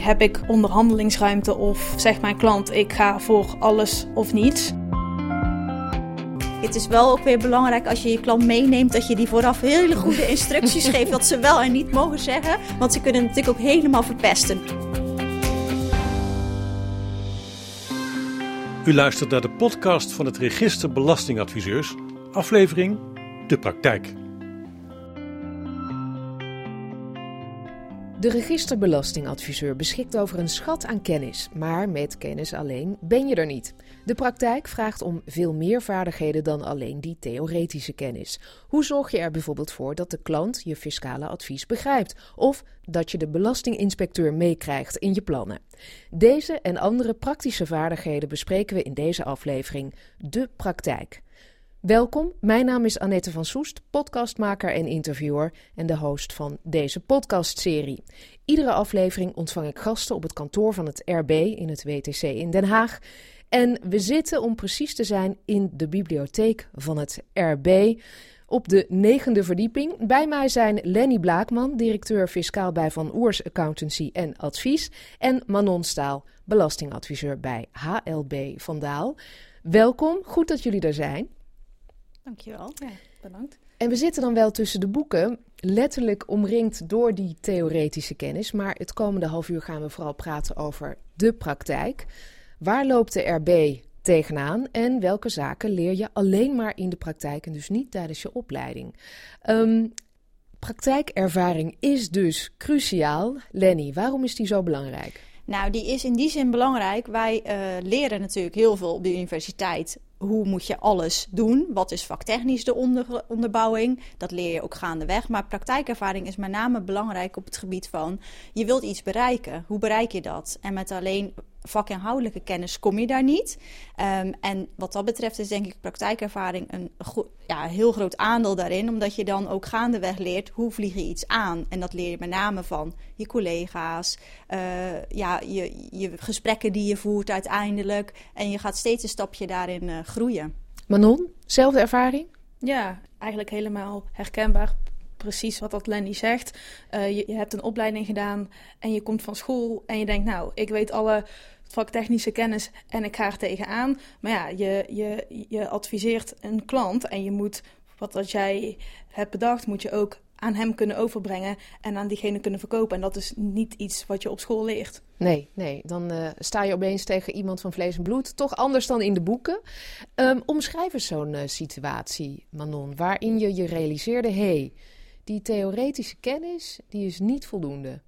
Heb ik onderhandelingsruimte of zegt mijn klant ik ga voor alles of niets? Het is wel ook weer belangrijk als je je klant meeneemt dat je die vooraf hele goede instructies geeft wat ze wel en niet mogen zeggen. Want ze kunnen natuurlijk ook helemaal verpesten. U luistert naar de podcast van het Register Belastingadviseurs, aflevering De Praktijk. De Register Belastingadviseur beschikt over een schat aan kennis, maar met kennis alleen ben je er niet. De praktijk vraagt om veel meer vaardigheden dan alleen die theoretische kennis. Hoe zorg je er bijvoorbeeld voor dat de klant je fiscale advies begrijpt? Of dat je de belastinginspecteur meekrijgt in je plannen? Deze en andere praktische vaardigheden bespreken we in deze aflevering, De Praktijk. Welkom, mijn naam is Annette van Soest, podcastmaker en interviewer en de host van deze podcastserie. Iedere aflevering ontvang ik gasten op het kantoor van het RB in het WTC in Den Haag. En we zitten, om precies te zijn, in de bibliotheek van het RB op de 9e verdieping. Bij mij zijn Lenny Blaakman, directeur fiscaal bij Van Oers Accountancy en Advies, en Manon Staal, belastingadviseur bij HLB Van Daal. Welkom, goed dat jullie er zijn. Dankjewel. Ja, bedankt. En we zitten dan wel tussen de boeken, letterlijk omringd door die theoretische kennis. Maar het komende half uur gaan we vooral praten over de praktijk. Waar loopt de RB tegenaan en welke zaken leer je alleen maar in de praktijk en dus niet tijdens je opleiding? Praktijkervaring is dus cruciaal. Lenny, waarom is die zo belangrijk? Nou, die is in die zin belangrijk. Wij leren natuurlijk heel veel op de universiteit. Hoe moet je alles doen? Wat is vaktechnisch de onderbouwing? Dat leer je ook gaandeweg. Maar praktijkervaring is met name belangrijk op het gebied van je wilt iets bereiken. Hoe bereik je dat? En met alleen vakinhoudelijke kennis kom je daar niet. En wat dat betreft is denk ik praktijkervaring een heel groot aandeel daarin. Omdat je dan ook gaandeweg leert hoe vlieg je iets aan. En dat leer je met name van je collega's. Je gesprekken die je voert uiteindelijk. En je gaat steeds een stapje daarin groeien. Manon, zelfde ervaring? Ja, eigenlijk helemaal herkenbaar. Precies wat Lenny zegt. Je hebt een opleiding gedaan en je komt van school en je denkt, nou, ik weet alle vaktechnische kennis en ik ga er tegenaan. Maar ja, je adviseert een klant en je moet wat jij hebt bedacht, moet je ook aan hem kunnen overbrengen en aan diegene kunnen verkopen. En dat is niet iets wat je op school leert. Nee, dan sta je opeens tegen iemand van vlees en bloed. Toch anders dan in de boeken. Omschrijf eens zo'n situatie, Manon, waarin je realiseerde, die theoretische kennis, die is niet voldoende.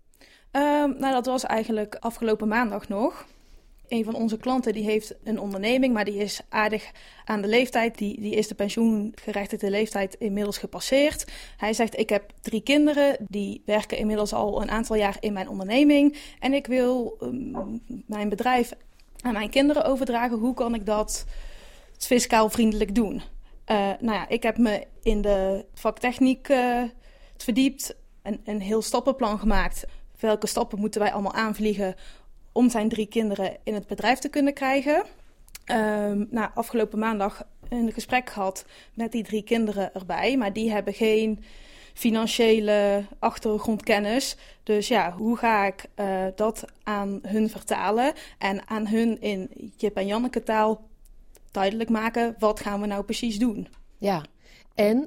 Dat was eigenlijk afgelopen maandag nog. Een van onze klanten die heeft een onderneming, maar die is aardig aan de leeftijd. Die is de pensioengerechtigde leeftijd inmiddels gepasseerd. Hij zegt, ik heb 3 kinderen, die werken inmiddels al een aantal jaar in mijn onderneming. En ik wil mijn bedrijf aan mijn kinderen overdragen. Hoe kan ik dat fiscaal vriendelijk doen? Ik heb me in de vaktechniek verdiept, een heel stappenplan gemaakt. Welke stappen moeten wij allemaal aanvliegen om zijn 3 kinderen in het bedrijf te kunnen krijgen? Afgelopen maandag een gesprek gehad met die 3 kinderen erbij, maar die hebben geen financiële achtergrondkennis. Dus ja, hoe ga ik dat aan hun vertalen en aan hun in Jip en Janneke taal duidelijk maken, wat gaan we nou precies doen? Ja, en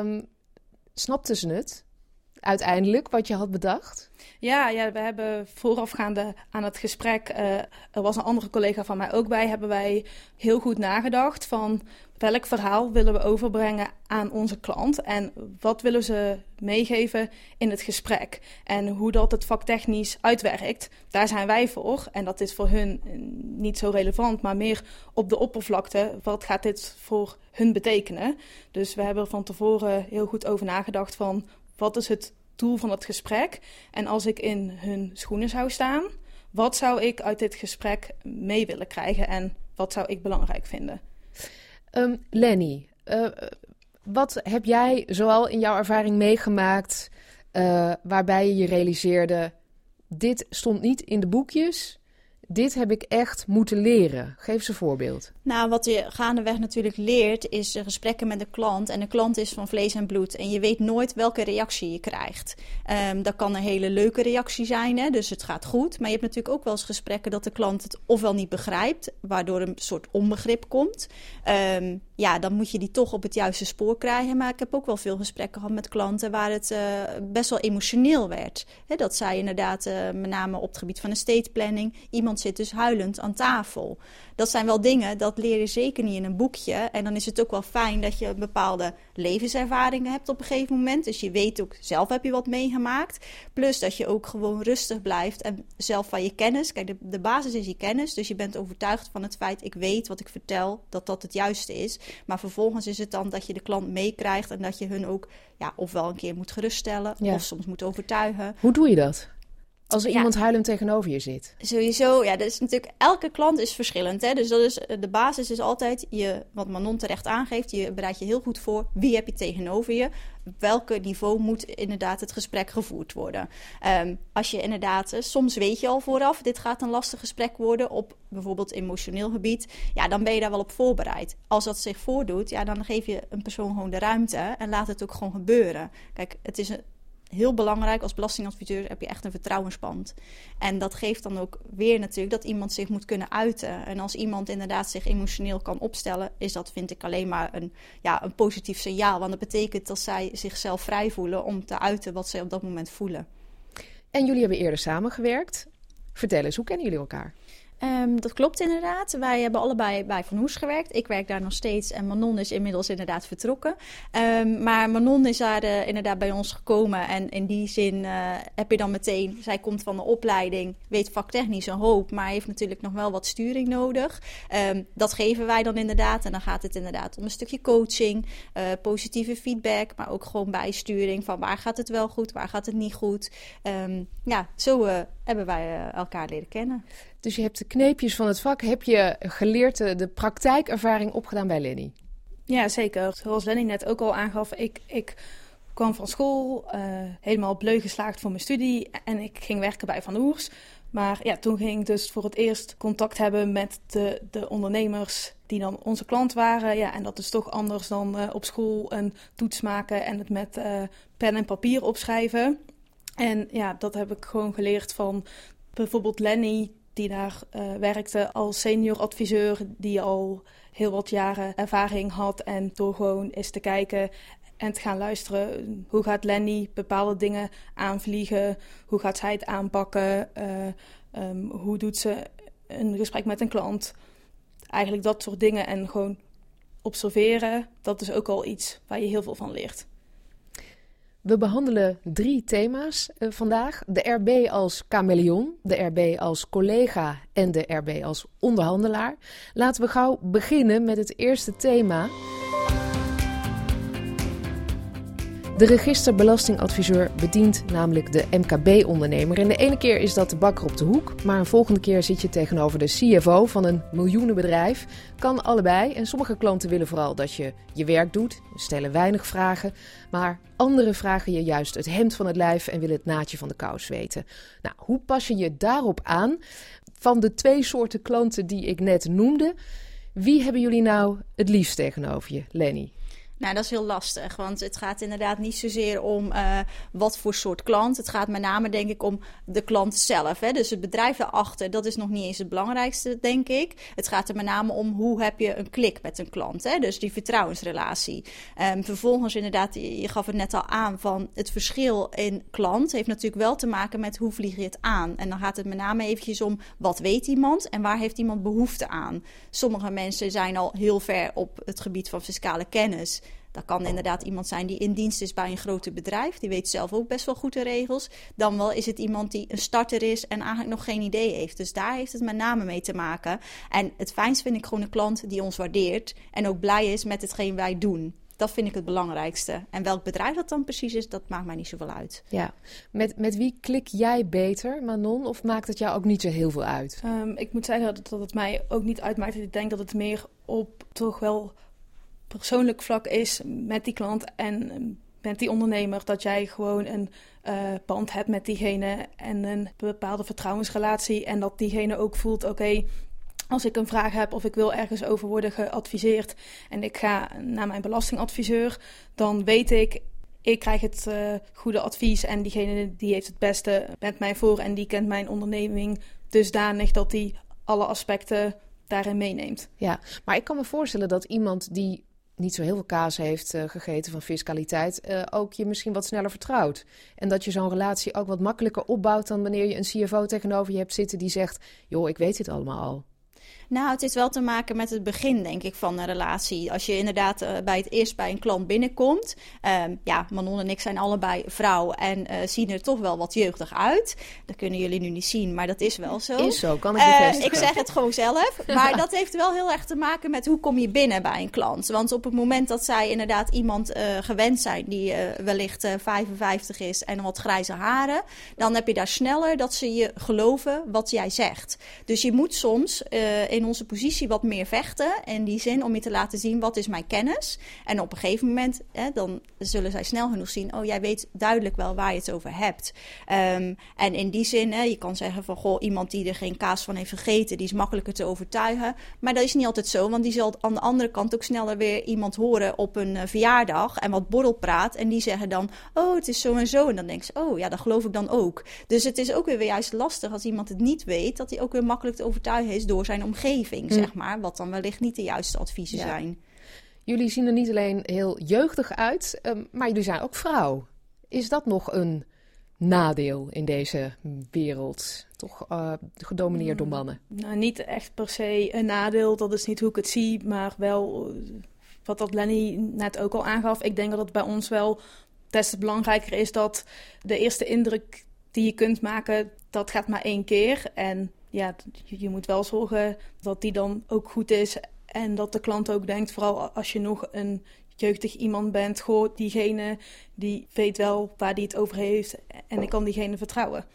snapten ze het uiteindelijk wat je had bedacht? Ja, we hebben voorafgaande aan het gesprek, er was een andere collega van mij ook bij, hebben wij heel goed nagedacht van welk verhaal willen we overbrengen aan onze klant en wat willen ze meegeven in het gesprek. En hoe dat het vaktechnisch uitwerkt, daar zijn wij voor. En dat is voor hun niet zo relevant, maar meer op de oppervlakte. Wat gaat dit voor hun betekenen? Dus we hebben er van tevoren heel goed over nagedacht van wat is het doel van het gesprek? En als ik in hun schoenen zou staan, wat zou ik uit dit gesprek mee willen krijgen en wat zou ik belangrijk vinden? Lenny, wat heb jij zoal in jouw ervaring meegemaakt waarbij je realiseerde, dit stond niet in de boekjes, dit heb ik echt moeten leren? Geef eens een voorbeeld. Nou, wat je gaandeweg natuurlijk leert, is gesprekken met de klant. En de klant is van vlees en bloed. En je weet nooit welke reactie je krijgt. Dat kan een hele leuke reactie zijn, hè? Dus het gaat goed. Maar je hebt natuurlijk ook wel eens gesprekken dat de klant het ofwel niet begrijpt, waardoor een soort onbegrip komt. Dan moet je die toch op het juiste spoor krijgen. Maar ik heb ook wel veel gesprekken gehad met klanten waar het best wel emotioneel werd. Dat zij inderdaad, met name op het gebied van estate planning, iemand zit dus huilend aan tafel. Dat zijn wel dingen, dat leer je zeker niet in een boekje. En dan is het ook wel fijn dat je bepaalde levenservaringen hebt op een gegeven moment. Dus je weet ook, zelf heb je wat meegemaakt. Plus dat je ook gewoon rustig blijft en zelf van je kennis. Kijk, de basis is je kennis. Dus je bent overtuigd van het feit, ik weet wat ik vertel, dat dat het juiste is. Maar vervolgens is het dan dat je de klant meekrijgt en dat je hun ook ofwel een keer moet geruststellen of soms moet overtuigen. Hoe doe je dat? Als er iemand huilend tegenover je zit. Sowieso, dat is natuurlijk, elke klant is verschillend. Hè? Dus dat is, de basis is altijd, wat Manon terecht aangeeft, je bereidt je heel goed voor. Wie heb je tegenover je? Op welk niveau moet inderdaad het gesprek gevoerd worden? Als je inderdaad, soms weet je al vooraf, dit gaat een lastig gesprek worden op bijvoorbeeld emotioneel gebied. Ja, dan ben je daar wel op voorbereid. Als dat zich voordoet, dan geef je een persoon gewoon de ruimte en laat het ook gewoon gebeuren. Kijk, het is heel belangrijk, als belastingadviseur heb je echt een vertrouwensband. En dat geeft dan ook weer natuurlijk dat iemand zich moet kunnen uiten. En als iemand inderdaad zich emotioneel kan opstellen, is dat, vind ik, alleen maar een positief signaal. Want dat betekent dat zij zichzelf vrij voelen om te uiten wat zij op dat moment voelen. En jullie hebben eerder samengewerkt. Vertel eens, hoe kennen jullie elkaar? Dat klopt inderdaad. Wij hebben allebei bij Van Hoes gewerkt. Ik werk daar nog steeds en Manon is inmiddels inderdaad vertrokken. Maar Manon is daar inderdaad bij ons gekomen. En in die zin heb je dan meteen, zij komt van de opleiding, weet vaktechnisch een hoop, maar heeft natuurlijk nog wel wat sturing nodig. Dat geven wij dan inderdaad. En dan gaat het inderdaad om een stukje coaching, positieve feedback, maar ook gewoon bijsturing van waar gaat het wel goed, waar gaat het niet goed. Zo hebben wij elkaar leren kennen. Dus je hebt de kneepjes van het vak, heb je geleerd, de praktijkervaring opgedaan bij Lenny? Ja, zeker. Zoals Lenny net ook al aangaf, ik kwam van school, helemaal bleu geslaagd voor mijn studie en ik ging werken bij Van Oers. Maar toen ging ik dus voor het eerst contact hebben met de ondernemers die dan onze klant waren. En dat is toch anders dan op school een toets maken en het met pen en papier opschrijven. En dat heb ik gewoon geleerd van bijvoorbeeld Lenny, die daar werkte als senior adviseur, die al heel wat jaren ervaring had. En door gewoon eens te kijken en te gaan luisteren, hoe gaat Lenny bepaalde dingen aanvliegen? Hoe gaat zij het aanpakken? Hoe doet ze een gesprek met een klant? Eigenlijk dat soort dingen en gewoon observeren, dat is ook al iets waar je heel veel van leert. We behandelen 3 thema's vandaag. De RB als chameleon, de RB als collega en de RB als onderhandelaar. Laten we gauw beginnen met het eerste thema. De registerbelastingadviseur bedient namelijk de MKB-ondernemer. En de ene keer is dat de bakker op de hoek, maar een volgende keer zit je tegenover de CFO van een miljoenenbedrijf. Kan allebei en sommige klanten willen vooral dat je je werk doet, stellen weinig vragen. Maar anderen vragen je juist het hemd van het lijf en willen het naadje van de kous weten. Nou, hoe pas je je daarop aan? Van de 2 soorten klanten die ik net noemde, wie hebben jullie nou het liefst tegenover je, Lenny? Nou, dat is heel lastig, want het gaat inderdaad niet zozeer om wat voor soort klant. Het gaat met name, denk ik, om de klant zelf. Hè? Dus het bedrijf daarachter, dat is nog niet eens het belangrijkste, denk ik. Het gaat er met name om hoe heb je een klik met een klant. Hè? Dus die vertrouwensrelatie. Vervolgens inderdaad, je gaf het net al aan, van het verschil in klant heeft natuurlijk wel te maken met hoe vlieg je het aan. En dan gaat het met name eventjes om wat weet iemand en waar heeft iemand behoefte aan. Sommige mensen zijn al heel ver op het gebied van fiscale kennis. Dat kan inderdaad iemand zijn die in dienst is bij een groter bedrijf. Die weet zelf ook best wel goed de regels. Dan wel is het iemand die een starter is en eigenlijk nog geen idee heeft. Dus daar heeft het met name mee te maken. En het fijnst vind ik gewoon een klant die ons waardeert en ook blij is met hetgeen wij doen. Dat vind ik het belangrijkste. En welk bedrijf dat dan precies is, dat maakt mij niet zoveel uit. Ja, met wie klik jij beter, Manon? Of maakt het jou ook niet zo heel veel uit? Ik moet zeggen dat het mij ook niet uitmaakt. Ik denk dat het meer op toch wel persoonlijk vlak is met die klant en met die ondernemer, dat jij gewoon een band hebt met diegene en een bepaalde vertrouwensrelatie. En dat diegene ook voelt, oké, als ik een vraag heb of ik wil ergens over worden geadviseerd en ik ga naar mijn belastingadviseur, dan weet ik krijg het goede advies en diegene die heeft het beste met mij voor en die kent mijn onderneming dusdanig dat die alle aspecten daarin meeneemt. Ja, maar ik kan me voorstellen dat iemand die niet zo heel veel kaas heeft gegeten van fiscaliteit, ook je misschien wat sneller vertrouwt. En dat je zo'n relatie ook wat makkelijker opbouwt dan wanneer je een CFO tegenover je hebt zitten die zegt, joh, ik weet dit allemaal al. Nou, het heeft wel te maken met het begin, denk ik, van een relatie. Als je inderdaad eerst bij een klant binnenkomt. Manon en ik zijn allebei vrouw en zien er toch wel wat jeugdig uit. Dat kunnen jullie nu niet zien, maar dat is wel zo. Is zo, kan ik bevestigen. Ik zeg het gewoon zelf. Maar dat heeft wel heel erg te maken met hoe kom je binnen bij een klant. Want op het moment dat zij inderdaad iemand gewend zijn die wellicht 55 is en wat grijze haren, dan heb je daar sneller dat ze je geloven wat jij zegt. Dus je moet soms in onze positie wat meer vechten. In die zin om je te laten zien wat is mijn kennis. En op een gegeven moment dan zullen zij snel genoeg zien, oh, jij weet duidelijk wel waar je het over hebt. En in die zin, je kan zeggen van, goh, iemand die er geen kaas van heeft gegeten, die is makkelijker te overtuigen. Maar dat is niet altijd zo, want die zal aan de andere kant ook sneller weer iemand horen op een verjaardag en wat borrelpraat. En die zeggen dan, oh, het is zo en zo. En dan denk je, oh ja, dat geloof ik dan ook. Dus het is ook weer juist lastig als iemand het niet weet, dat hij ook weer makkelijk te overtuigen is door zijn omgeving, zeg maar. Wat dan wellicht niet de juiste adviezen zijn. Jullie zien er niet alleen heel jeugdig uit, maar jullie zijn ook vrouw. Is dat nog een nadeel in deze wereld? Toch gedomineerd door mannen? Nou, niet echt per se een nadeel. Dat is niet hoe ik het zie, maar wel wat dat Lenny net ook al aangaf. Ik denk dat het bij ons wel des te belangrijker is dat de eerste indruk die je kunt maken, dat gaat maar 1 keer. En ja, je moet wel zorgen dat die dan ook goed is. En dat de klant ook denkt, vooral als je nog een jeugdig iemand bent, goh, diegene die weet wel waar die het over heeft en ik kan diegene vertrouwen.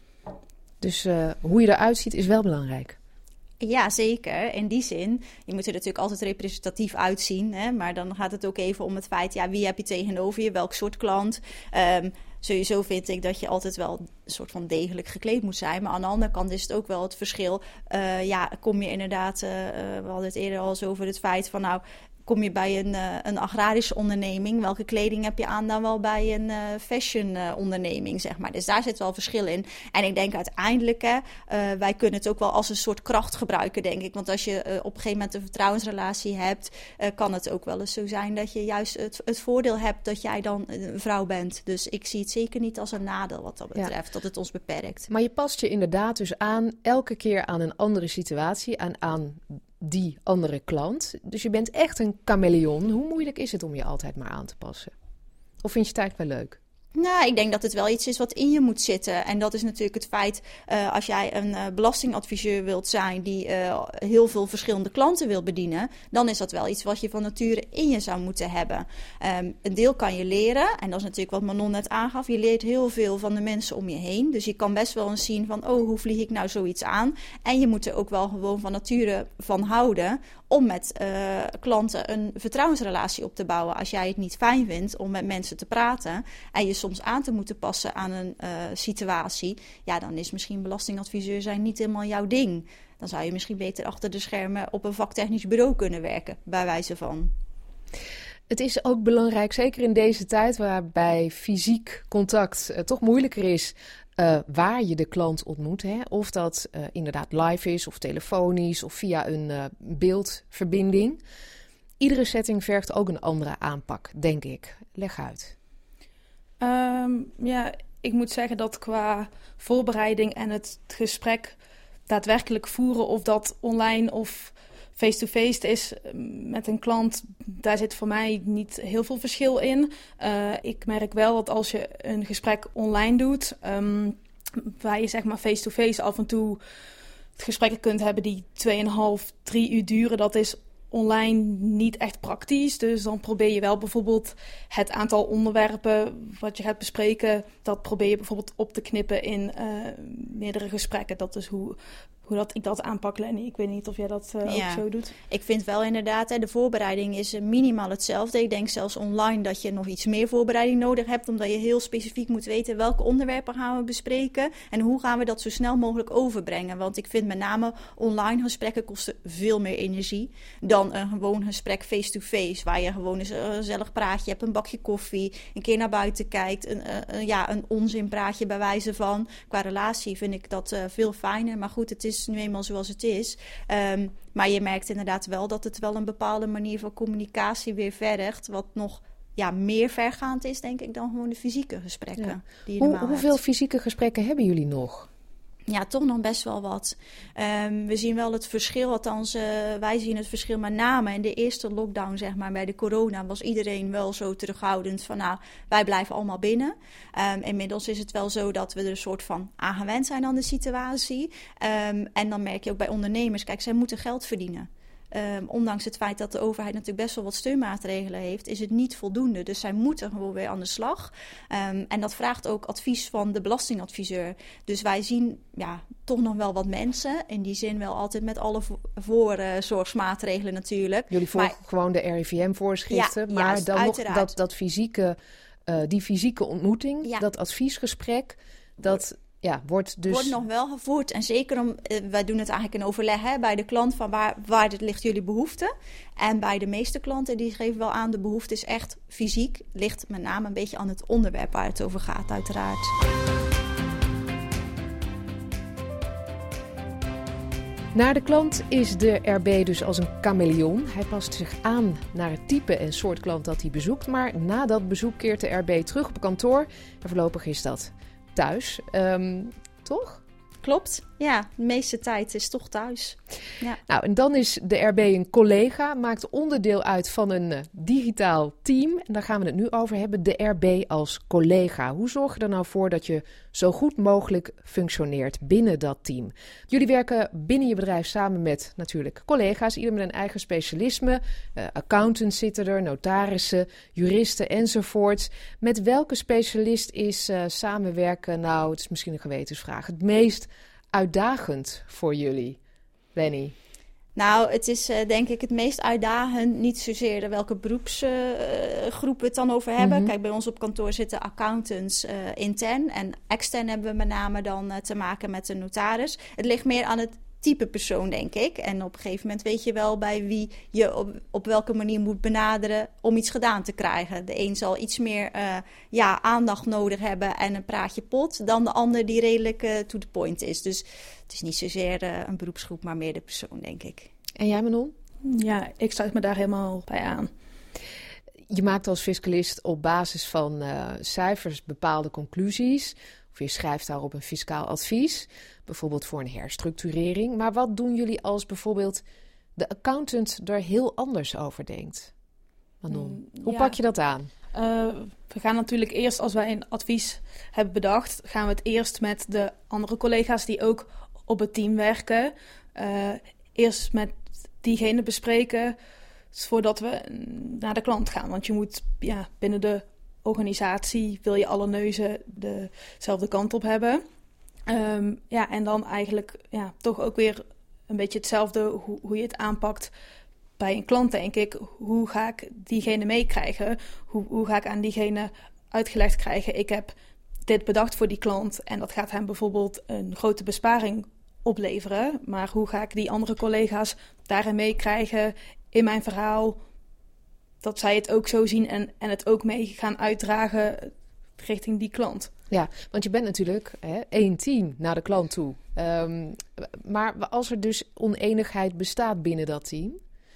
Dus hoe je eruit ziet is wel belangrijk. Ja, zeker. In die zin, je moet er natuurlijk altijd representatief uitzien. Hè? Maar dan gaat het ook even om het feit, ja, wie heb je tegenover je? Welk soort klant? Sowieso vind ik dat je altijd wel een soort van degelijk gekleed moet zijn. Maar aan de andere kant is het ook wel het verschil. Kom je inderdaad, we hadden het eerder al eens over het feit van, nou, kom je bij een agrarische onderneming, welke kleding heb je aan dan wel bij een fashion onderneming, zeg maar. Dus daar zit wel verschil in. En ik denk uiteindelijk, wij kunnen het ook wel als een soort kracht gebruiken, denk ik. Want als je op een gegeven moment een vertrouwensrelatie hebt, kan het ook wel eens zo zijn dat je juist het voordeel hebt dat jij dan een vrouw bent. Dus ik zie het zeker niet als een nadeel wat dat betreft, dat het ons beperkt. Maar je past je inderdaad dus aan elke keer aan een andere situatie, aan die andere klant. Dus je bent echt een chameleon. Hoe moeilijk is het om je altijd maar aan te passen? Of vind je het eigenlijk wel leuk? Nou, ik denk dat het wel iets is wat in je moet zitten. En dat is natuurlijk het feit, als jij een belastingadviseur wilt zijn die heel veel verschillende klanten wil bedienen, dan is dat wel iets wat je van nature in je zou moeten hebben. Een deel kan je leren, en dat is natuurlijk wat Manon net aangaf. Je leert heel veel van de mensen om je heen. Dus je kan best wel eens zien van, oh, hoe vlieg ik nou zoiets aan? En je moet er ook wel gewoon van nature van houden om met klanten een vertrouwensrelatie op te bouwen. Als jij het niet fijn vindt om met mensen te praten en je soms aan te moeten passen aan een situatie, ja, dan is misschien belastingadviseur zijn niet helemaal jouw ding. Dan zou je misschien beter achter de schermen op een vaktechnisch bureau kunnen werken, bij wijze van. Het is ook belangrijk, zeker in deze tijd waarbij fysiek contact toch moeilijker is, waar je de klant ontmoet. Hè? Of dat inderdaad live is, of telefonisch, of via een beeldverbinding. Iedere setting vergt ook een andere aanpak, denk ik. Leg uit. Ik moet zeggen dat qua voorbereiding en het gesprek daadwerkelijk voeren, of dat online of face-to-face is met een klant, daar zit voor mij niet heel veel verschil in. Ik merk wel dat als je een gesprek online doet, waar je zeg maar face-to-face af en toe gesprekken kunt hebben die 2,5, 3 uur duren, dat is online niet echt praktisch. Dus dan probeer je wel bijvoorbeeld het aantal onderwerpen wat je gaat bespreken, dat probeer je bijvoorbeeld op te knippen in meerdere gesprekken. Dat is hoe ik dat aanpak, Lenny. Ik weet niet of jij dat ook zo doet. Ik vind wel inderdaad, de voorbereiding is minimaal hetzelfde. Ik denk zelfs online dat je nog iets meer voorbereiding nodig hebt, omdat je heel specifiek moet weten welke onderwerpen gaan we bespreken en hoe gaan we dat zo snel mogelijk overbrengen. Want ik vind met name online gesprekken kosten veel meer energie dan een gewoon gesprek face-to-face, waar je gewoon eens een gezellig praatje hebt, een bakje koffie, een keer naar buiten kijkt, een onzinpraatje bij wijze van. Qua relatie vind ik dat veel fijner, maar goed, het is nu eenmaal zoals het is. Maar je merkt inderdaad wel dat het wel een bepaalde manier van communicatie weer vergt, wat nog meer vergaand is, denk ik, dan gewoon de fysieke gesprekken die je normaal hebt. Hoeveel fysieke gesprekken hebben jullie nog? Ja, toch nog best wel wat. We zien wel het verschil, althans wij zien het verschil met name in de eerste lockdown, zeg maar, bij de corona was iedereen wel zo terughoudend van wij blijven allemaal binnen. Inmiddels is het wel zo dat we er een soort van aan gewend zijn aan de situatie. En dan merk je ook bij ondernemers, kijk, zij moeten geld verdienen. Ondanks het feit dat de overheid natuurlijk best wel wat steunmaatregelen heeft, is het niet voldoende. Dus zij moeten gewoon weer aan de slag. En dat vraagt ook advies van de belastingadviseur. Dus wij zien toch nog wel wat mensen. In die zin wel altijd met alle voorzorgsmaatregelen natuurlijk. Jullie volgen gewoon de RIVM-voorschriften. Maar juist, dan uiteraard. nog die fysieke ontmoeting, dat adviesgesprek, dat... Ja, wordt nog wel gevoerd. En zeker wij doen het eigenlijk in overleg bij de klant van waar ligt jullie behoefte. En bij de meeste klanten die geven wel aan, de behoefte is echt fysiek. Ligt met name een beetje aan het onderwerp waar het over gaat, uiteraard. Naar de klant is de RB dus als een chameleon. Hij past zich aan naar het type en soort klant dat hij bezoekt. Maar na dat bezoek keert de RB terug op kantoor. En voorlopig is dat thuis, toch? Klopt, ja. De meeste tijd is toch thuis. Ja. Nou, en dan is de RB een collega, maakt onderdeel uit van een digitaal team. En daar gaan we het nu over hebben, de RB als collega. Hoe zorg je er nou voor dat je zo goed mogelijk functioneert binnen dat team? Jullie werken binnen je bedrijf samen met natuurlijk collega's, ieder met een eigen specialisme. Accountants zitten er, notarissen, juristen enzovoorts. Met welke specialist is samenwerken, nou, het is misschien een gewetensvraag, het meest uitdagend voor jullie, Lenny? Nou, het is denk ik het meest uitdagend, niet zozeer welke beroepsgroep we het dan over hebben. Kijk, bij ons op kantoor zitten accountants intern en extern hebben we met name dan te maken met een notaris. Het ligt meer aan het type persoon, denk ik. En op een gegeven moment weet je wel bij wie je op welke manier moet benaderen om iets gedaan te krijgen. De een zal iets meer aandacht nodig hebben en een praatje pot dan de ander die redelijk to the point is. Dus het is niet zozeer een beroepsgroep, maar meer de persoon, denk ik. En jij, Manon? Ja, ik sluit me daar helemaal bij aan. Je maakt als fiscalist op basis van cijfers bepaalde conclusies. Of je schrijft daarop een fiscaal advies, bijvoorbeeld voor een herstructurering. Maar wat doen jullie als bijvoorbeeld de accountant er heel anders over denkt? Manon, hoe pak je dat aan? We gaan natuurlijk eerst, als wij een advies hebben bedacht, gaan we het eerst met de andere collega's die ook op het team werken. Eerst met diegene bespreken voordat we naar de klant gaan. Want je moet binnen de organisatie wil je alle neuzen dezelfde kant op hebben. En dan eigenlijk toch ook weer een beetje hetzelfde hoe je het aanpakt bij een klant, denk ik. Hoe ga ik diegene meekrijgen? Hoe ga ik aan diegene uitgelegd krijgen? Ik heb dit bedacht voor die klant en dat gaat hem bijvoorbeeld een grote besparing opleveren. Maar hoe ga ik die andere collega's daarin meekrijgen in mijn verhaal? Dat zij het ook zo zien en het ook mee gaan uitdragen richting die klant. Ja, want je bent natuurlijk één team naar de klant toe. Maar als er dus oneenigheid bestaat binnen dat team,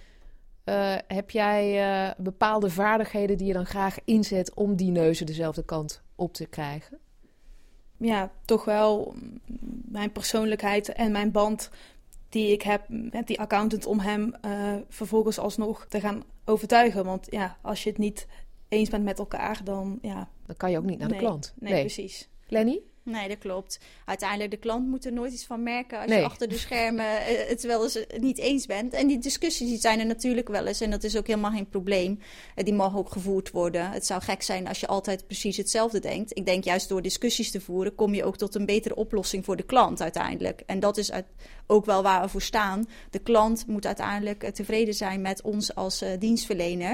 heb jij bepaalde vaardigheden die je dan graag inzet om die neuzen dezelfde kant op te krijgen? Ja, toch wel mijn persoonlijkheid en mijn band die ik heb met die accountant om hem vervolgens alsnog te gaan overtuigen. Want als je het niet eens bent met elkaar, dan kan je ook niet naar de klant. Nee, precies. Lenny? Nee, dat klopt. Uiteindelijk, de klant moet er nooit iets van merken als je achter de schermen het wel eens niet eens bent. En die discussies die zijn er natuurlijk wel eens en dat is ook helemaal geen probleem. Die mogen ook gevoerd worden. Het zou gek zijn als je altijd precies hetzelfde denkt. Ik denk juist door discussies te voeren kom je ook tot een betere oplossing voor de klant uiteindelijk. En dat is ook wel waar we voor staan. De klant moet uiteindelijk tevreden zijn met ons als dienstverlener.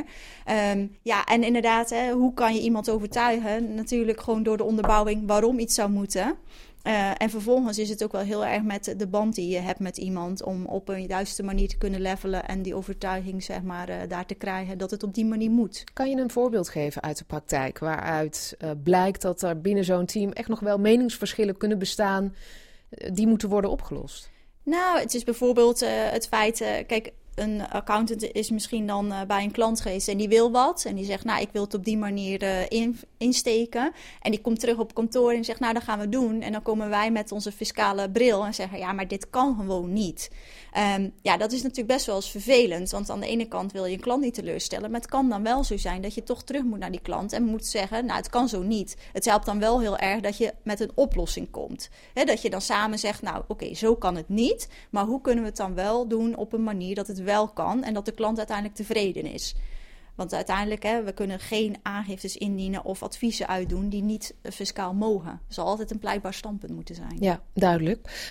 En inderdaad, hoe kan je iemand overtuigen? Natuurlijk gewoon door de onderbouwing waarom iets zou moeten. En vervolgens is het ook wel heel erg met de band die je hebt met iemand om op een juiste manier te kunnen levelen en die overtuiging zeg maar daar te krijgen dat het op die manier moet. Kan je een voorbeeld geven uit de praktijk waaruit blijkt dat er binnen zo'n team echt nog wel meningsverschillen kunnen bestaan die moeten worden opgelost? Nou, het is bijvoorbeeld het feit, kijk, een accountant is misschien dan bij een klant geweest en die wil wat. En die zegt, nou, ik wil het op die manier insteken. En die komt terug op kantoor en zegt, nou, dat gaan we doen. En dan komen wij met onze fiscale bril en zeggen, ja, maar dit kan gewoon niet. Dat is natuurlijk best wel eens vervelend. Want aan de ene kant wil je een klant niet teleurstellen. Maar het kan dan wel zo zijn dat je toch terug moet naar die klant en moet zeggen, nou, het kan zo niet. Het helpt dan wel heel erg dat je met een oplossing komt. Dat je dan samen zegt, nou, oké, zo kan het niet. Maar hoe kunnen we het dan wel doen op een manier dat het wel kan en dat de klant uiteindelijk tevreden is. Want uiteindelijk, we kunnen geen aangiftes indienen of adviezen uitdoen die niet fiscaal mogen. Er zal altijd een pleitbaar standpunt moeten zijn. Ja, duidelijk.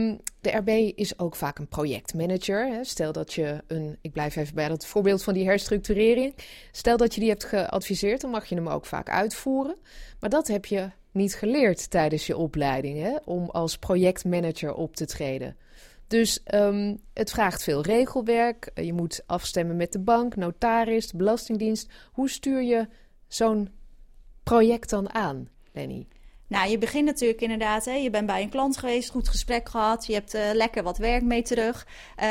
De RB is ook vaak een projectmanager. Hè. Stel dat je ik blijf even bij dat voorbeeld van die herstructurering. Stel dat je die hebt geadviseerd, dan mag je hem ook vaak uitvoeren. Maar dat heb je niet geleerd tijdens je opleiding, hè, om als projectmanager op te treden. Dus het vraagt veel regelwerk. Je moet afstemmen met de bank, notaris, de Belastingdienst. Hoe stuur je zo'n project dan aan, Lenny? Nou, je begint natuurlijk inderdaad, je bent bij een klant geweest, goed gesprek gehad, je hebt lekker wat werk mee terug.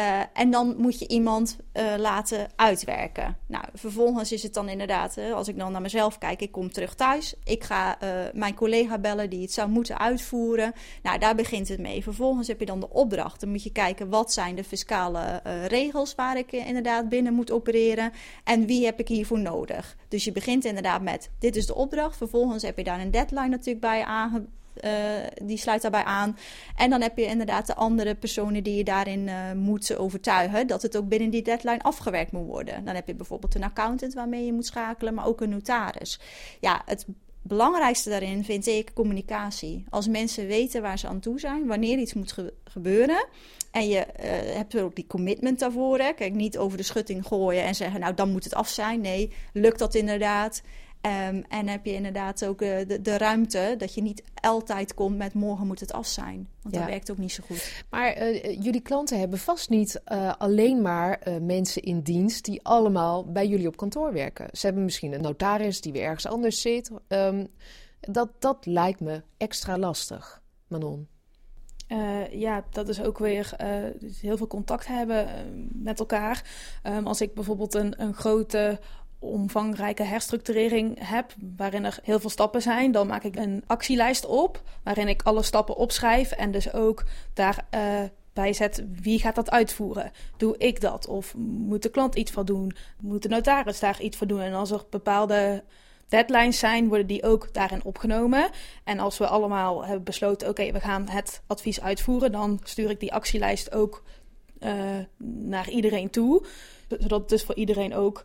En dan moet je iemand laten uitwerken. Nou, vervolgens is het dan inderdaad, als ik dan naar mezelf kijk, ik kom terug thuis. Ik ga mijn collega bellen die het zou moeten uitvoeren. Nou, daar begint het mee. Vervolgens heb je dan de opdracht. Dan moet je kijken, wat zijn de fiscale regels waar ik inderdaad binnen moet opereren. En wie heb ik hiervoor nodig? Dus je begint inderdaad met, dit is de opdracht. Vervolgens heb je daar een deadline natuurlijk bij die sluit daarbij aan. En dan heb je inderdaad de andere personen die je daarin moet overtuigen dat het ook binnen die deadline afgewerkt moet worden. Dan heb je bijvoorbeeld een accountant waarmee je moet schakelen, maar ook een notaris. Ja, het belangrijkste daarin vind ik communicatie. Als mensen weten waar ze aan toe zijn, wanneer iets moet gebeuren. En je hebt er ook die commitment daarvoor. Hè. Kijk, niet over de schutting gooien en zeggen, nou, dan moet het af zijn. Nee, lukt dat inderdaad? En heb je inderdaad ook de ruimte dat je niet altijd komt met morgen moet het af zijn. Want dat werkt ook niet zo goed. Maar jullie klanten hebben vast niet alleen maar mensen in dienst die allemaal bij jullie op kantoor werken. Ze hebben misschien een notaris die weer ergens anders zit. Dat lijkt me extra lastig, Manon. Dat is ook weer heel veel contact hebben met elkaar. Als ik bijvoorbeeld een grote omvangrijke herstructurering heb, waarin er heel veel stappen zijn, dan maak ik een actielijst op, waarin ik alle stappen opschrijf en dus ook daarbij zet wie gaat dat uitvoeren. Doe ik dat? Of moet de klant iets van doen? Moet de notaris daar iets voor doen? En als er bepaalde deadlines zijn, worden die ook daarin opgenomen. En als we allemaal hebben besloten, oké, we gaan het advies uitvoeren, dan stuur ik die actielijst ook naar iedereen toe, zodat het dus voor iedereen ook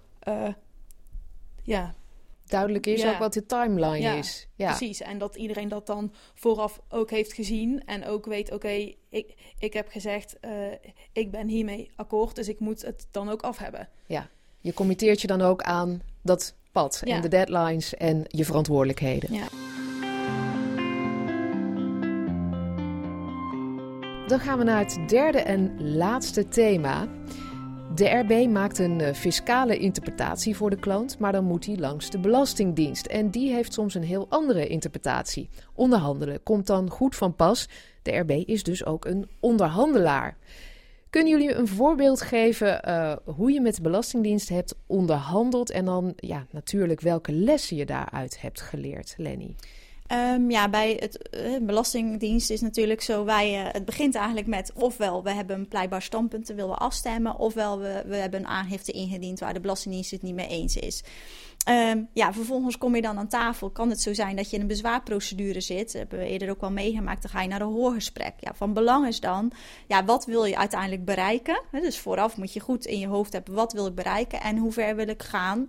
duidelijk is ook wat de timeline is. Ja, precies. En dat iedereen dat dan vooraf ook heeft gezien en ook weet, oké, ik heb gezegd, ik ben hiermee akkoord, dus ik moet het dan ook af hebben. Ja, je committeert je dan ook aan dat pad en de deadlines en je verantwoordelijkheden. Ja. Dan gaan we naar het derde en laatste thema. De RB maakt een fiscale interpretatie voor de klant, maar dan moet die langs de Belastingdienst. En die heeft soms een heel andere interpretatie. Onderhandelen komt dan goed van pas. De RB is dus ook een onderhandelaar. Kunnen jullie een voorbeeld geven hoe je met de Belastingdienst hebt onderhandeld en dan natuurlijk welke lessen je daaruit hebt geleerd, Lenny? Bij het Belastingdienst is natuurlijk zo, het begint eigenlijk met ofwel we hebben een pleitbaar standpunt, willen we afstemmen, ofwel we hebben een aangifte ingediend waar de Belastingdienst het niet mee eens is. Vervolgens kom je dan aan tafel. Kan het zo zijn dat je in een bezwaarprocedure zit? Dat hebben we eerder ook wel meegemaakt. Dan ga je naar een hoorgesprek. Ja, van belang is dan, wat wil je uiteindelijk bereiken? Dus vooraf moet je goed in je hoofd hebben, wat wil ik bereiken? En hoe ver wil ik gaan,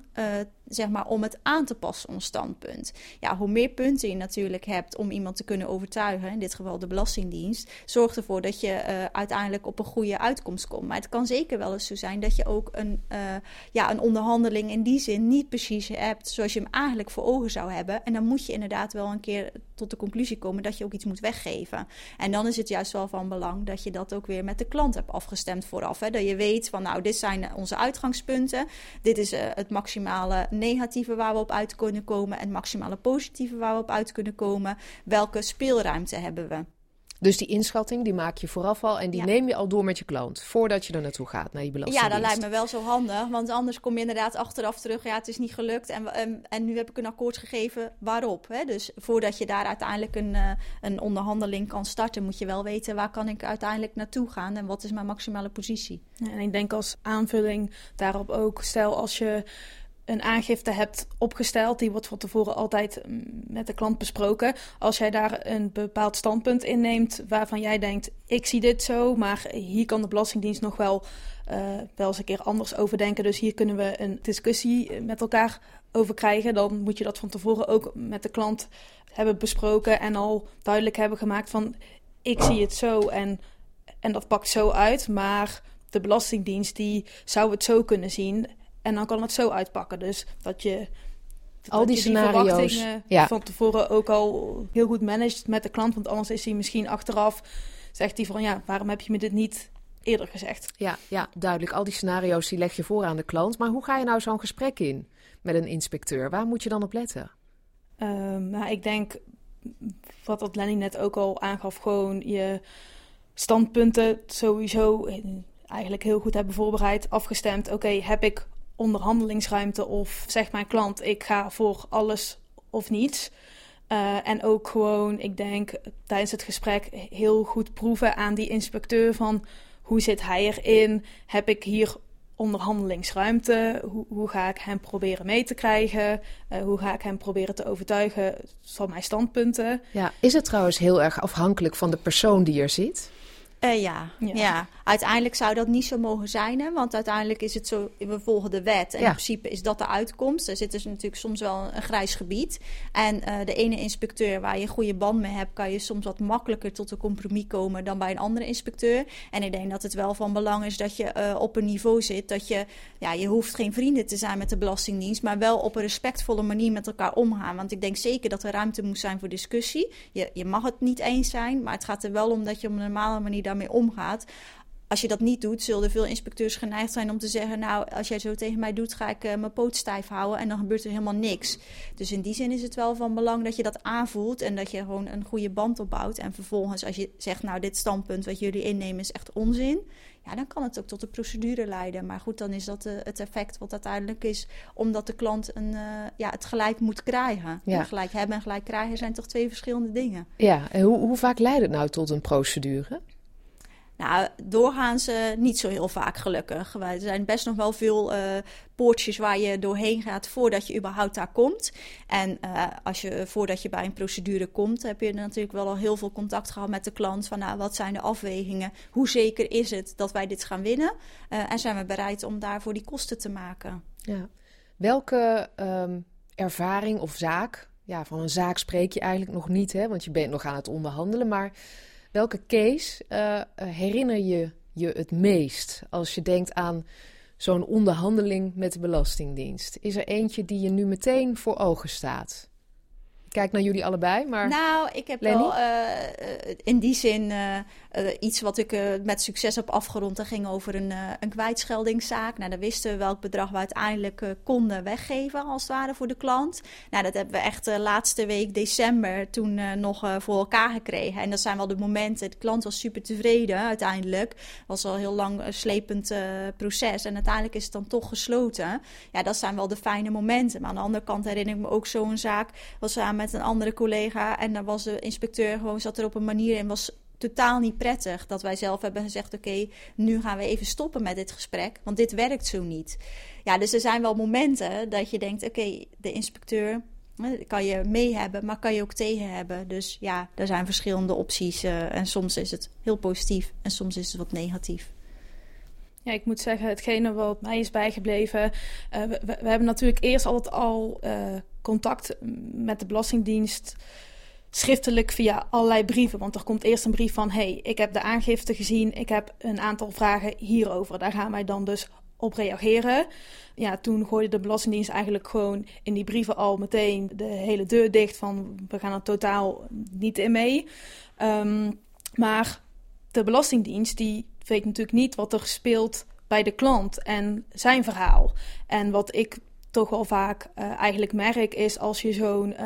om het aan te passen, ons standpunt. Ja, hoe meer punten je natuurlijk hebt om iemand te kunnen overtuigen, in dit geval de Belastingdienst, zorgt ervoor dat je uiteindelijk op een goede uitkomst komt. Maar het kan zeker wel eens zo zijn dat je ook een onderhandeling in die zin niet precies hebt zoals je hem eigenlijk voor ogen zou hebben. En dan moet je inderdaad wel een keer tot de conclusie komen dat je ook iets moet weggeven. En dan is het juist wel van belang dat je dat ook weer met de klant hebt afgestemd vooraf. Hè? Dat je weet van, dit zijn onze uitgangspunten. Dit is het maximale negatieve waar we op uit kunnen komen en het maximale positieve waar we op uit kunnen komen. Welke speelruimte hebben we? Dus die inschatting die maak je vooraf al en die neem je al door met je klant voordat je er naartoe gaat, naar die Belastingdienst. Ja, dat lijkt me wel zo handig, want anders kom je inderdaad achteraf terug. Ja, het is niet gelukt en nu heb ik een akkoord gegeven waarop. Hè? Dus voordat je daar uiteindelijk een onderhandeling kan starten, moet je wel weten waar kan ik uiteindelijk naartoe gaan en wat is mijn maximale positie. Ja, en ik denk als aanvulling daarop ook, stel als je een aangifte hebt opgesteld, die wordt van tevoren altijd met de klant besproken. Als jij daar een bepaald standpunt inneemt waarvan jij denkt, ik zie dit zo, maar hier kan de Belastingdienst nog wel eens een keer anders over denken. Dus hier kunnen we een discussie met elkaar over krijgen. Dan moet je dat van tevoren ook met de klant hebben besproken en al duidelijk hebben gemaakt van, ik zie het zo en dat pakt zo uit, maar de Belastingdienst die zou het zo kunnen zien. En dan kan het zo uitpakken. Dus dat je al die scenario's van tevoren ook al heel goed managt met de klant. Want anders is hij misschien achteraf, zegt hij van waarom heb je me dit niet eerder gezegd? Ja, duidelijk. Al die scenario's die leg je voor aan de klant. Maar hoe ga je nou zo'n gesprek in met een inspecteur? Waar moet je dan op letten? Ik denk, wat Lenny net ook al aangaf, gewoon je standpunten sowieso eigenlijk heel goed hebben voorbereid, afgestemd. Oké, heb ik onderhandelingsruimte of zegt mijn klant, ik ga voor alles of niets. En ook gewoon, ik denk, tijdens het gesprek heel goed proeven aan die inspecteur van hoe zit hij erin? Heb ik hier onderhandelingsruimte? Hoe ga ik hem proberen mee te krijgen? Hoe ga ik hem proberen te overtuigen van mijn standpunten? Ja, is het trouwens heel erg afhankelijk van de persoon die er zit? Ja, uiteindelijk zou dat niet zo mogen zijn, hè? Want uiteindelijk is het zo, we volgen de wet en in principe is dat de uitkomst. Er zit dus natuurlijk soms wel een grijs gebied. En de ene inspecteur waar je een goede band mee hebt, kan je soms wat makkelijker tot een compromis komen dan bij een andere inspecteur. En ik denk dat het wel van belang is dat je op een niveau zit dat je hoeft geen vrienden te zijn met de Belastingdienst, maar wel op een respectvolle manier met elkaar omgaan. Want ik denk zeker dat er ruimte moet zijn voor discussie. Je mag het niet eens zijn, maar het gaat er wel om dat je op een normale manier daarmee omgaat. Als je dat niet doet, zullen veel inspecteurs geneigd zijn om te zeggen, als jij zo tegen mij doet, ga ik mijn poot stijf houden en dan gebeurt er helemaal niks. Dus in die zin is het wel van belang dat je dat aanvoelt en dat je gewoon een goede band opbouwt. En vervolgens als je zegt, dit standpunt wat jullie innemen is echt onzin, dan kan het ook tot de procedure leiden. Maar goed, dan is dat het effect wat uiteindelijk is, omdat de klant het gelijk moet krijgen. Ja. Gelijk hebben en gelijk krijgen zijn toch twee verschillende dingen. Ja, en hoe vaak leidt het nou tot een procedure? Nou, doorgaans niet zo heel vaak gelukkig. Er zijn best nog wel veel poortjes waar je doorheen gaat voordat je überhaupt daar komt. En voordat je bij een procedure komt, heb je natuurlijk wel al heel veel contact gehad met de klant. Van wat zijn de afwegingen? Hoe zeker is het dat wij dit gaan winnen? En zijn we bereid om daarvoor die kosten te maken? Ja. Welke ervaring of zaak, van een zaak spreek je eigenlijk nog niet, hè, want je bent nog aan het onderhandelen, maar welke case herinner je het meest als je denkt aan zo'n onderhandeling met de Belastingdienst? Is er eentje die je nu meteen voor ogen staat? Ik kijk naar jullie allebei, maar Nou, ik heb Lenny? wel in die zin iets wat ik met succes heb afgerond. Dat ging over een kwijtscheldingszaak. Daar wisten we welk bedrag we uiteindelijk konden weggeven, als het ware, voor de klant. Dat hebben we echt laatste week december toen nog voor elkaar gekregen. En dat zijn wel de momenten. De klant was super tevreden uiteindelijk. Het was al een heel lang slepend proces. En uiteindelijk is het dan toch gesloten. Ja, dat zijn wel de fijne momenten. Maar aan de andere kant herinner ik me ook zo'n zaak. Was samen met een andere collega. En daar was de inspecteur gewoon, zat er op een manier in, was totaal niet prettig. Dat wij zelf hebben gezegd, oké, nu gaan we even stoppen met dit gesprek. Want dit werkt zo niet. Ja, dus er zijn wel momenten dat je denkt, oké, de inspecteur kan je mee hebben, maar kan je ook tegen hebben. Dus ja, er zijn verschillende opties. En soms is het heel positief en soms is het wat negatief. Ja, ik moet zeggen, hetgene wat mij is bijgebleven. We hebben natuurlijk eerst altijd al contact met de Belastingdienst schriftelijk via allerlei brieven. Want er komt eerst een brief van, hey, ik heb de aangifte gezien, ik heb een aantal vragen hierover. Daar gaan wij dan dus op reageren. Ja, toen gooide de Belastingdienst eigenlijk gewoon in die brieven al meteen de hele deur dicht van, we gaan er totaal niet in mee. Maar de Belastingdienst die weet natuurlijk niet wat er speelt bij de klant en zijn verhaal. En wat ik toch wel vaak eigenlijk merk is als je zo'n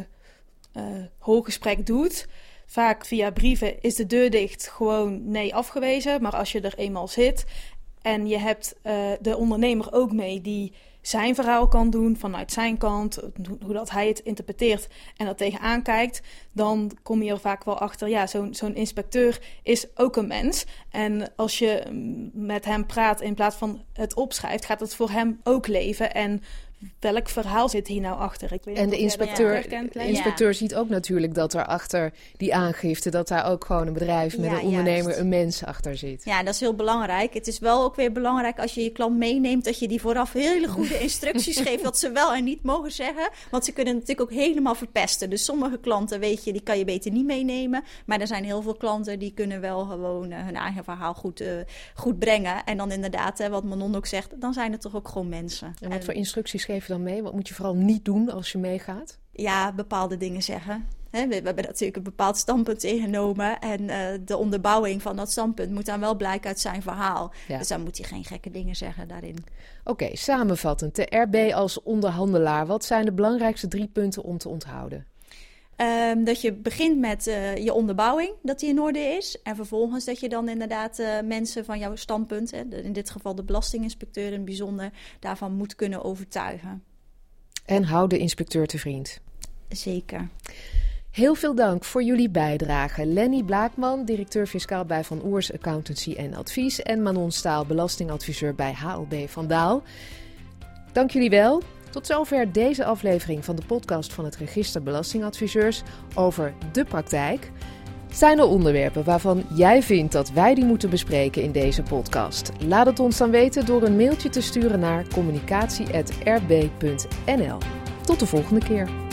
hooggesprek doet, vaak via brieven is de deur dicht, gewoon nee afgewezen. Maar als je er eenmaal zit en je hebt de ondernemer ook mee die zijn verhaal kan doen vanuit zijn kant, hoe dat hij het interpreteert en er tegenaan kijkt, dan kom je er vaak wel achter, ja, zo'n inspecteur is ook een mens. En als je met hem praat in plaats van het opschrijft, gaat het voor hem ook leven. En welk verhaal zit hier nou achter? Ik weet en de inspecteur Ja. ziet ook natuurlijk dat er achter die aangifte, dat daar ook gewoon een bedrijf met een ondernemer, juist. een mens achter zit. Ja, dat is heel belangrijk. Het is wel ook weer belangrijk als je je klant meeneemt, dat je die vooraf hele goede instructies geeft wat ze wel en niet mogen zeggen. Want ze kunnen natuurlijk ook helemaal verpesten. Dus sommige klanten, weet je, die kan je beter niet meenemen. Maar er zijn heel veel klanten die kunnen wel gewoon hun eigen verhaal goed brengen. En dan inderdaad, wat Manon ook zegt, dan zijn het toch ook gewoon mensen. En wat voor instructies geef je dan mee? Wat moet je vooral niet doen als je meegaat? Ja, bepaalde dingen zeggen. We hebben natuurlijk een bepaald standpunt ingenomen. En de onderbouwing van dat standpunt moet dan wel blijken uit zijn verhaal. Ja. Dus dan moet hij geen gekke dingen zeggen daarin. Oké, samenvattend. De RB als onderhandelaar. Wat zijn de belangrijkste 3 punten om te onthouden? Dat je begint met je onderbouwing, dat die in orde is. En vervolgens dat je dan inderdaad mensen van jouw standpunt, in dit geval de belastinginspecteur in het bijzonder, daarvan moet kunnen overtuigen. En hou de inspecteur te vriend. Zeker. Heel veel dank voor jullie bijdrage. Lenny Blaakman, directeur fiscaal bij Van Oers Accountancy en Advies. En Manon Staal, belastingadviseur bij HLB Van Daal. Dank jullie wel. Tot zover deze aflevering van de podcast van het Register Belastingadviseurs over de praktijk. Zijn er onderwerpen waarvan jij vindt dat wij die moeten bespreken in deze podcast? Laat het ons dan weten door een mailtje te sturen naar communicatie@rb.nl. Tot de volgende keer.